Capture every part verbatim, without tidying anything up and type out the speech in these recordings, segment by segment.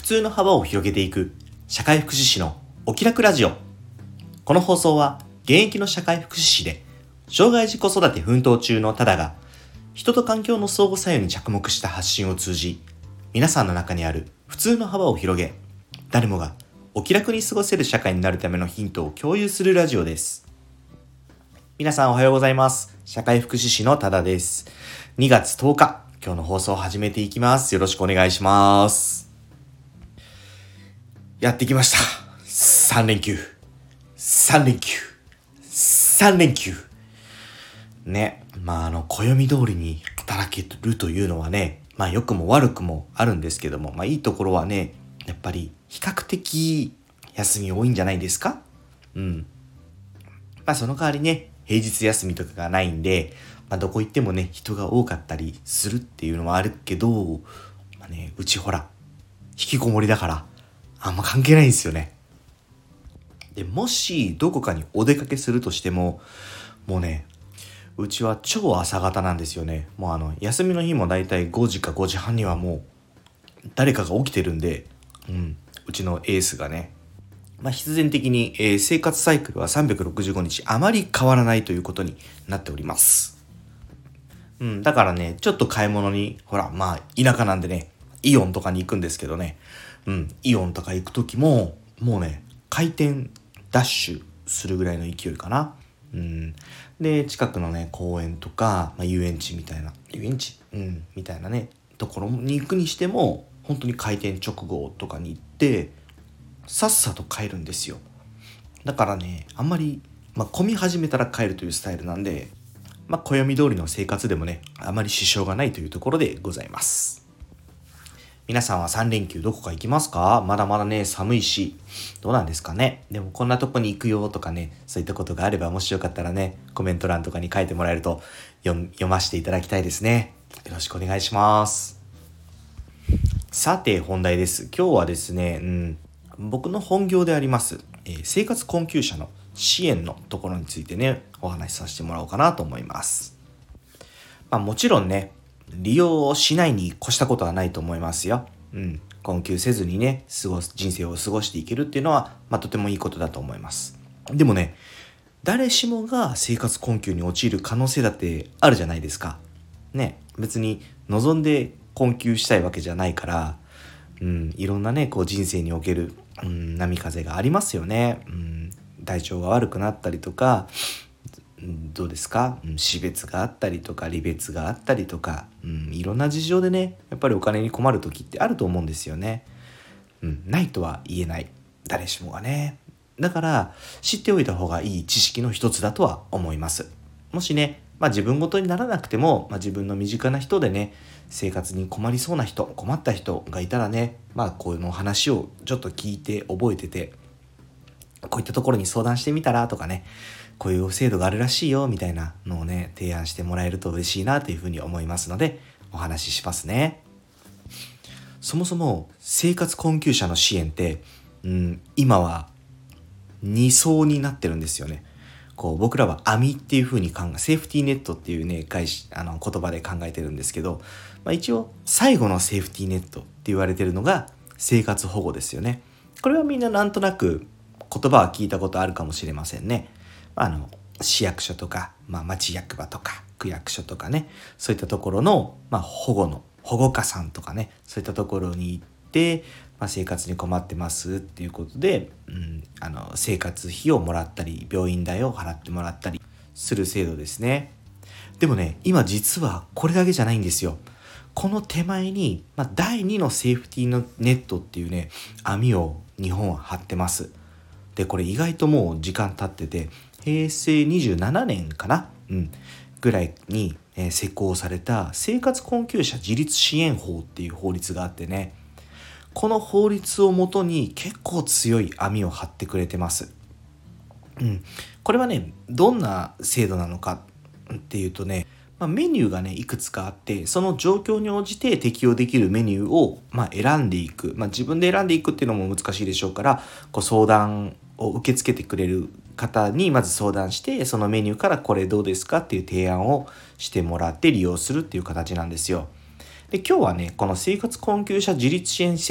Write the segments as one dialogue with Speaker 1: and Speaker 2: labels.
Speaker 1: 通の幅を広げていく社会福祉士のお気楽ラジオ。この放送は現役の社会福祉士で障害児子育て奮闘中のタダが人と環境の相互作用に着目した発信を通じ、皆さんの中にある普通の幅を広げ、誰もがお気楽に過ごせる社会になるためのヒントを共有するラジオです。皆さんおはようございます。社会福祉士のタダです。にがつとおか、今日の放送を始めていきます。よろしくお願いします。やってきました。さんれんきゅう。さんれんきゅう。さんれんきゅう。ね。まあ、あの、暦通りに働けるというのはね、まあ、良くも悪くもあるんですけども、まあ、いいところはね、やっぱり比較的休み多いんじゃないですか？うん。まあ、その代わりね、平日休みとかがないんで、まあ、どこ行ってもね、人が多かったりするっていうのはあるけど、まあね、うちほら、引きこもりだから、あんま関係ないんですよね。で、もしどこかにお出かけするとしても、もうね、うちは超朝方なんですよね。もうあの、休みの日もだいたいごじかごじはんにはもう、誰かが起きてるんで、うん、うちのエースがね、まあ、必然的に、えー、生活サイクルはさんびゃくろくじゅうごにちあまり変わらないということになっております。うん、だからね、ちょっと買い物に、ほら、まあ、田舎なんでね、イオンとかに行くんですけどね、うん、イオンとか行くときも、もうね、開店ダッシュするぐらいの勢いかな。うん、で、近くのね、公園とか、まあ、遊園地みたいな、遊園地うん、みたいなね、ところに行くにしても、本当に開店直後とかに行って、さっさと帰るんですよ。だからね、あんまり、まあ、混み始めたら帰るというスタイルなんで、まあ、暦通りの生活でもね、あまり支障がないというところでございます。皆さんはさんれんきゅうどこか行きますか？まだまだね、寒いし、どうなんですかね。でもこんなとこに行くよとかね、そういったことがあれば、もしよかったらね、コメント欄とかに書いてもらえると読、読ませていただきたいですね。よろしくお願いします。さて本題です。今日はですね、うん、僕の本業であります、えー、生活困窮者の支援のところについてね、お話しさせてもらおうかなと思います。まあもちろんね、利用しないに越したことはないと思いますよ。うん、困窮せずにね、過ごす人生を過ごしていけるっていうのは、まあとてもいいことだと思います。でもね、誰しもが生活困窮に陥る可能性だってあるじゃないですか。ね、別に望んで困窮したいわけじゃないから、うん、いろんなね、こう人生における、うん、波風がありますよね。うん、体調が悪くなったりとか、うん、どうですか、うん、死別があったりとか離別があったりとか、うん、いろんな事情でね、やっぱりお金に困る時ってあると思うんですよね。うん、ないとは言えない。誰しもがね。だから知っておいた方がいい知識の一つだとは思います。もしね、まあ自分ごとにならなくても、まあ、自分の身近な人でね、生活に困りそうな人、困った人がいたらね、まあこの話をちょっと聞いて覚えてて、こういったところに相談してみたらとかね、こういう制度があるらしいよみたいなのをね、提案してもらえると嬉しいなというふうに思いますので、お話ししますね。そもそも生活困窮者の支援って、うん、今はに層になってるんですよね。こう僕らは網っていう風に考え、セーフティーネットっていうね、会しあの言葉で考えてるんですけど、まあ、一応最後のセーフティーネットって言われてるのが生活保護ですよね。これはみんななんとなく言葉は聞いたことあるかもしれませんね。まあ、あの市役所とか、まあ、町役場とか区役所とかね、そういったところの、まあ、保護の保護課さんとかね、そういったところに行って、まあ、生活に困ってますっていうことで、うん、あの生活費をもらったり病院代を払ってもらったりする制度ですね。でもね、今実はこれだけじゃないんですよ。この手前に、まあ、だいにのセーフティーのネットっていうね、網を日本は張ってます。で、これ意外ともう時間経ってて、へいせいにじゅうななねんかな、うん、ぐらいに、えー、施行された生活困窮者自立支援法っていう法律があってね、この法律をもとに結構強い網を張ってくれてます。うん、これはね、どんな制度なのかっていうとね、まあ、メニューがねいくつかあって、その状況に応じて適用できるメニューを、まあ、選んでいく、まあ、自分で選んでいくっていうのも難しいでしょうから、こう相談を受け付けてくれる方にまず相談して、そのメニューからこれどうですかっていう提案をしてもらって利用するっていう形なんですよ。で、今日はね、この生活困窮者自立支援制度、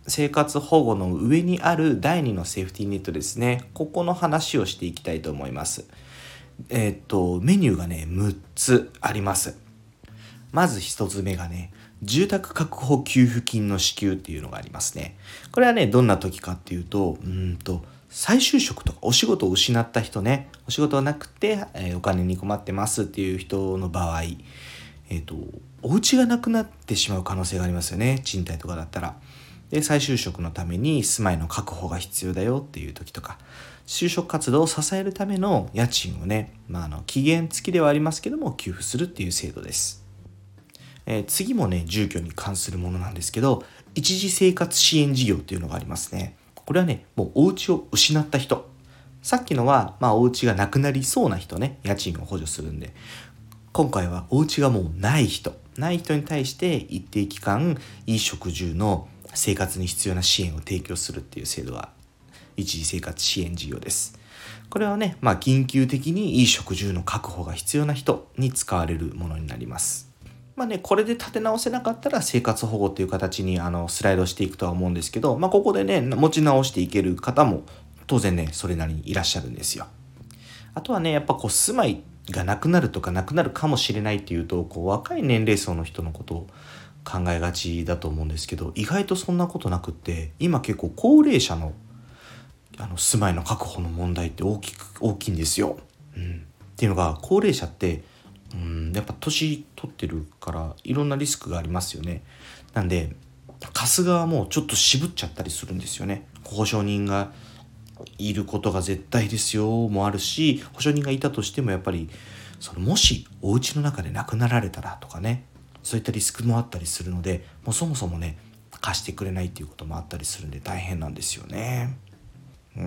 Speaker 1: 生活保護の上にあるだいにのセーフティーネットですね。ここの話をしていきたいと思います。えーっと、メニューがね、むっつあります。まずひとつめがね、住宅確保給付金の支給っていうのがありますね。これはね、どんな時かっていうと、うーんと、再就職とかお仕事を失った人ね、お仕事がなくて、えーお金に困ってますっていう人の場合、えっと、お家がなくなってしまう可能性がありますよね。賃貸とかだったら。で、再就職のために住まいの確保が必要だよっていう時とか、就職活動を支えるための家賃をね、まあ、あの期限付きではありますけども給付するっていう制度です。えー次もね、住居に関するものなんですけど、一時生活支援事業っていうのがありますね。これはね、もうお家を失った人。さっきのは、まあ、お家がなくなりそうな人ね、家賃を補助するんで、今回はお家がもうない人、ない人に対して一定期間、衣食住の生活に必要な支援を提供するっていう制度が一時生活支援事業です。これはね、まあ、緊急的に衣食住の確保が必要な人に使われるものになります。まあね、これで立て直せなかったら生活保護っていう形にあのスライドしていくとは思うんですけど、まあ、ここでね、持ち直していける方も当然ね、それなりにいらっしゃるんですよ。あとはね、やっぱこう住まいがなくなるとかなくなるかもしれないっていうと、こう若い年齢層の人のことを考えがちだと思うんですけど、意外とそんなことなくって、今結構高齢者のあの住まいの確保の問題って大きく大きいんですよ。うん、っていうのが高齢者って、うん、やっぱ年取ってるからいろんなリスクがありますよね。なんで貸す側もちょっと渋っちゃったりするんですよね。保証人がいることが絶対ですよもあるし、保証人がいたとしてもやっぱりそのもしお家の中で亡くなられたらとかね、そういったリスクもあったりするので、もうそもそもね貸してくれないっていうこともあったりするんで大変なんですよね。うん、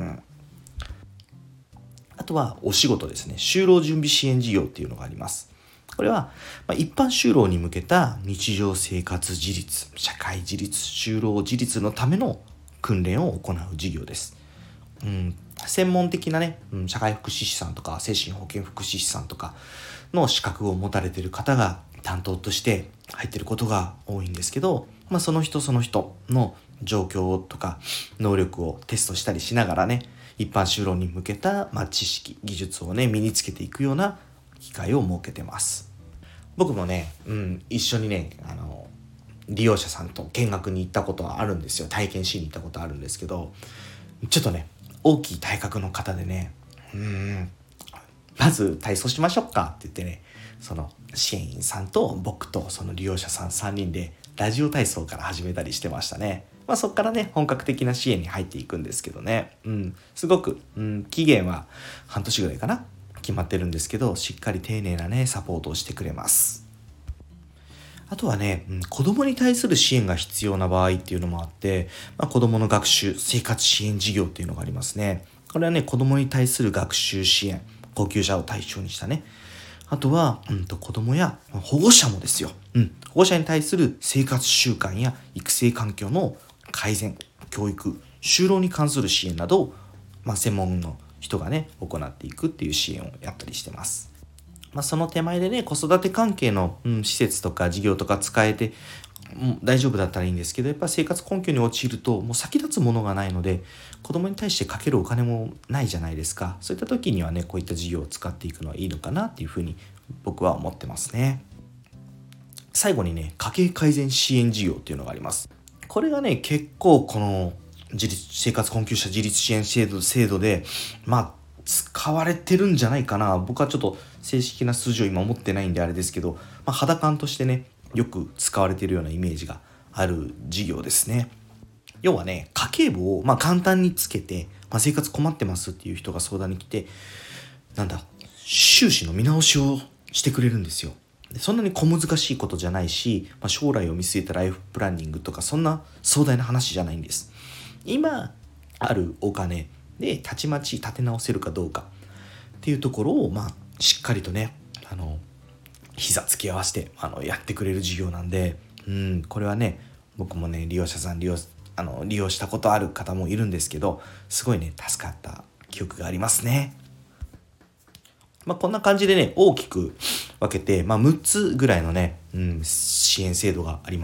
Speaker 1: あとはお仕事ですね。就労準備支援事業っていうのがあります。これは、まあ、一般就労に向けた日常生活自立、社会自立、就労自立のための訓練を行う事業です。うん、専門的なね、うん、社会福祉士さんとか精神保健福祉士さんとかの資格を持たれている方が担当として入っていることが多いんですけど、まあ、その人その人の状況とか能力をテストしたりしながらね、一般就労に向けた、まあ、知識技術をね身につけていくような機会を設けてます。僕もね、うん、一緒にねあの利用者さんと見学に行ったことはあるんですよ。体験しに行ったことあるんですけど、ちょっとね大きい体格の方でね、うーんまず体操しましょうかって言ってね、その支援員さんと僕とその利用者さんさんにんでラジオ体操から始めたりしてましたね。まあそこからね本格的な支援に入っていくんですけどね、うん、すごく、うん、期限は半年ぐらいかな決まってるんですけど、しっかり丁寧なねサポートをしてくれます。あとはね、うん、子供に対する支援が必要な場合っていうのもあって、まあ、子供の学習生活支援事業っていうのがありますね。これはね子供に対する学習支援、高級者を対象にしたね。あとは、うん、と子供や保護者もですよ、うん、保護者に対する生活習慣や育成環境の改善、教育、就労に関する支援などを、まあ、専門の人がね行っていくっていう支援をやったりしてます。まあ、その手前でね子育て関係の、うん、施設とか事業とか使えて、うん、大丈夫だったらいいんですけど、やっぱ生活困窮に陥るともう先立つものがないので、子供に対してかけるお金もないじゃないですか。そういった時にはねこういった事業を使っていくのはいいのかなっていうふうに僕は思ってますね。最後にね家計改善支援事業っていうのがあります。これがね結構この自立生活困窮者自立支援制度制度でまあ使われてるんじゃないかな。僕はちょっと正式な数字を今持ってないんであれですけど、まあ、肌感としてねよく使われているようなイメージがある事業ですね。要はね家計簿をまあ簡単につけて、まあ、生活困ってますっていう人が相談に来て、なんだ収支の見直しをしてくれるんですよ。そんなに小難しいことじゃないし、まあ、将来を見据えたライフプランニングとかそんな壮大な話じゃないんです。今あるお金でたちまち立て直せるかどうかっていうところを、まあ、しっかりとねあの膝つき合わせてあのやってくれる事業なんで、うん、これはね僕もね利用者さん利用あの利用したことある方もいるんですけど、すごいね助かった記憶がありますね。まあ、こんな感じでね大きく分けて、まあ、むっつぐらいのね、うん、支援制度があります。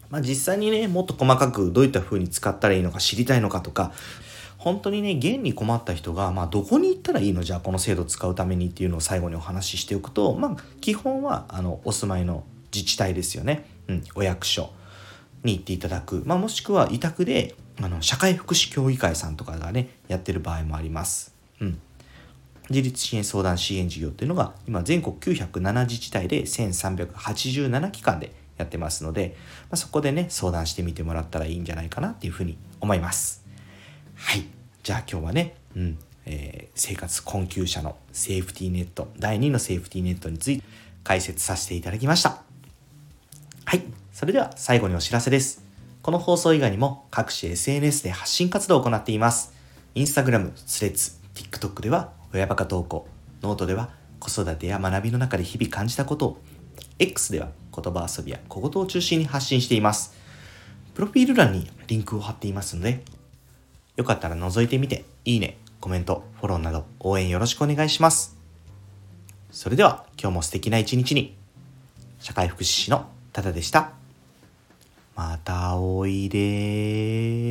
Speaker 1: まあ実際にね、もっと細かくどういった風に使ったらいいのか知りたいのかとか、本当にね、現に困った人が、まあどこに行ったらいいのじゃあこの制度を使うためにっていうのを最後にお話ししておくと、まあ基本はあのお住まいの自治体ですよね。うん、お役所に行っていただく。まあもしくは委託で、あの社会福祉協議会さんとかがね、やってる場合もあります。うん。自立支援相談支援事業っていうのが今全国きゅうひゃくなな自治体でせんさんびゃくはちじゅうなな機関でやってますので、まあ、そこでね相談してみてもらったらいいんじゃないかなっていうふうに思います。はい、じゃあ今日はね、うんえー、生活困窮者のセーフティーネットだいにのセーフティーネットについて解説させていただきました。はい、それでは最後にお知らせです。この放送以外にも各種 エスエヌエス で発信活動を行っています。インスタグラム、スレッズ、TikTok では親バカ投稿、ノートでは子育てや学びの中で日々感じたことを、X では言葉遊びや小言を中心に発信しています。プロフィール欄にリンクを貼っていますので、よかったら覗いてみて、いいね、コメント、フォローなど応援よろしくお願いします。それでは今日も素敵な一日に。社会福祉士のタダでした。またおいで。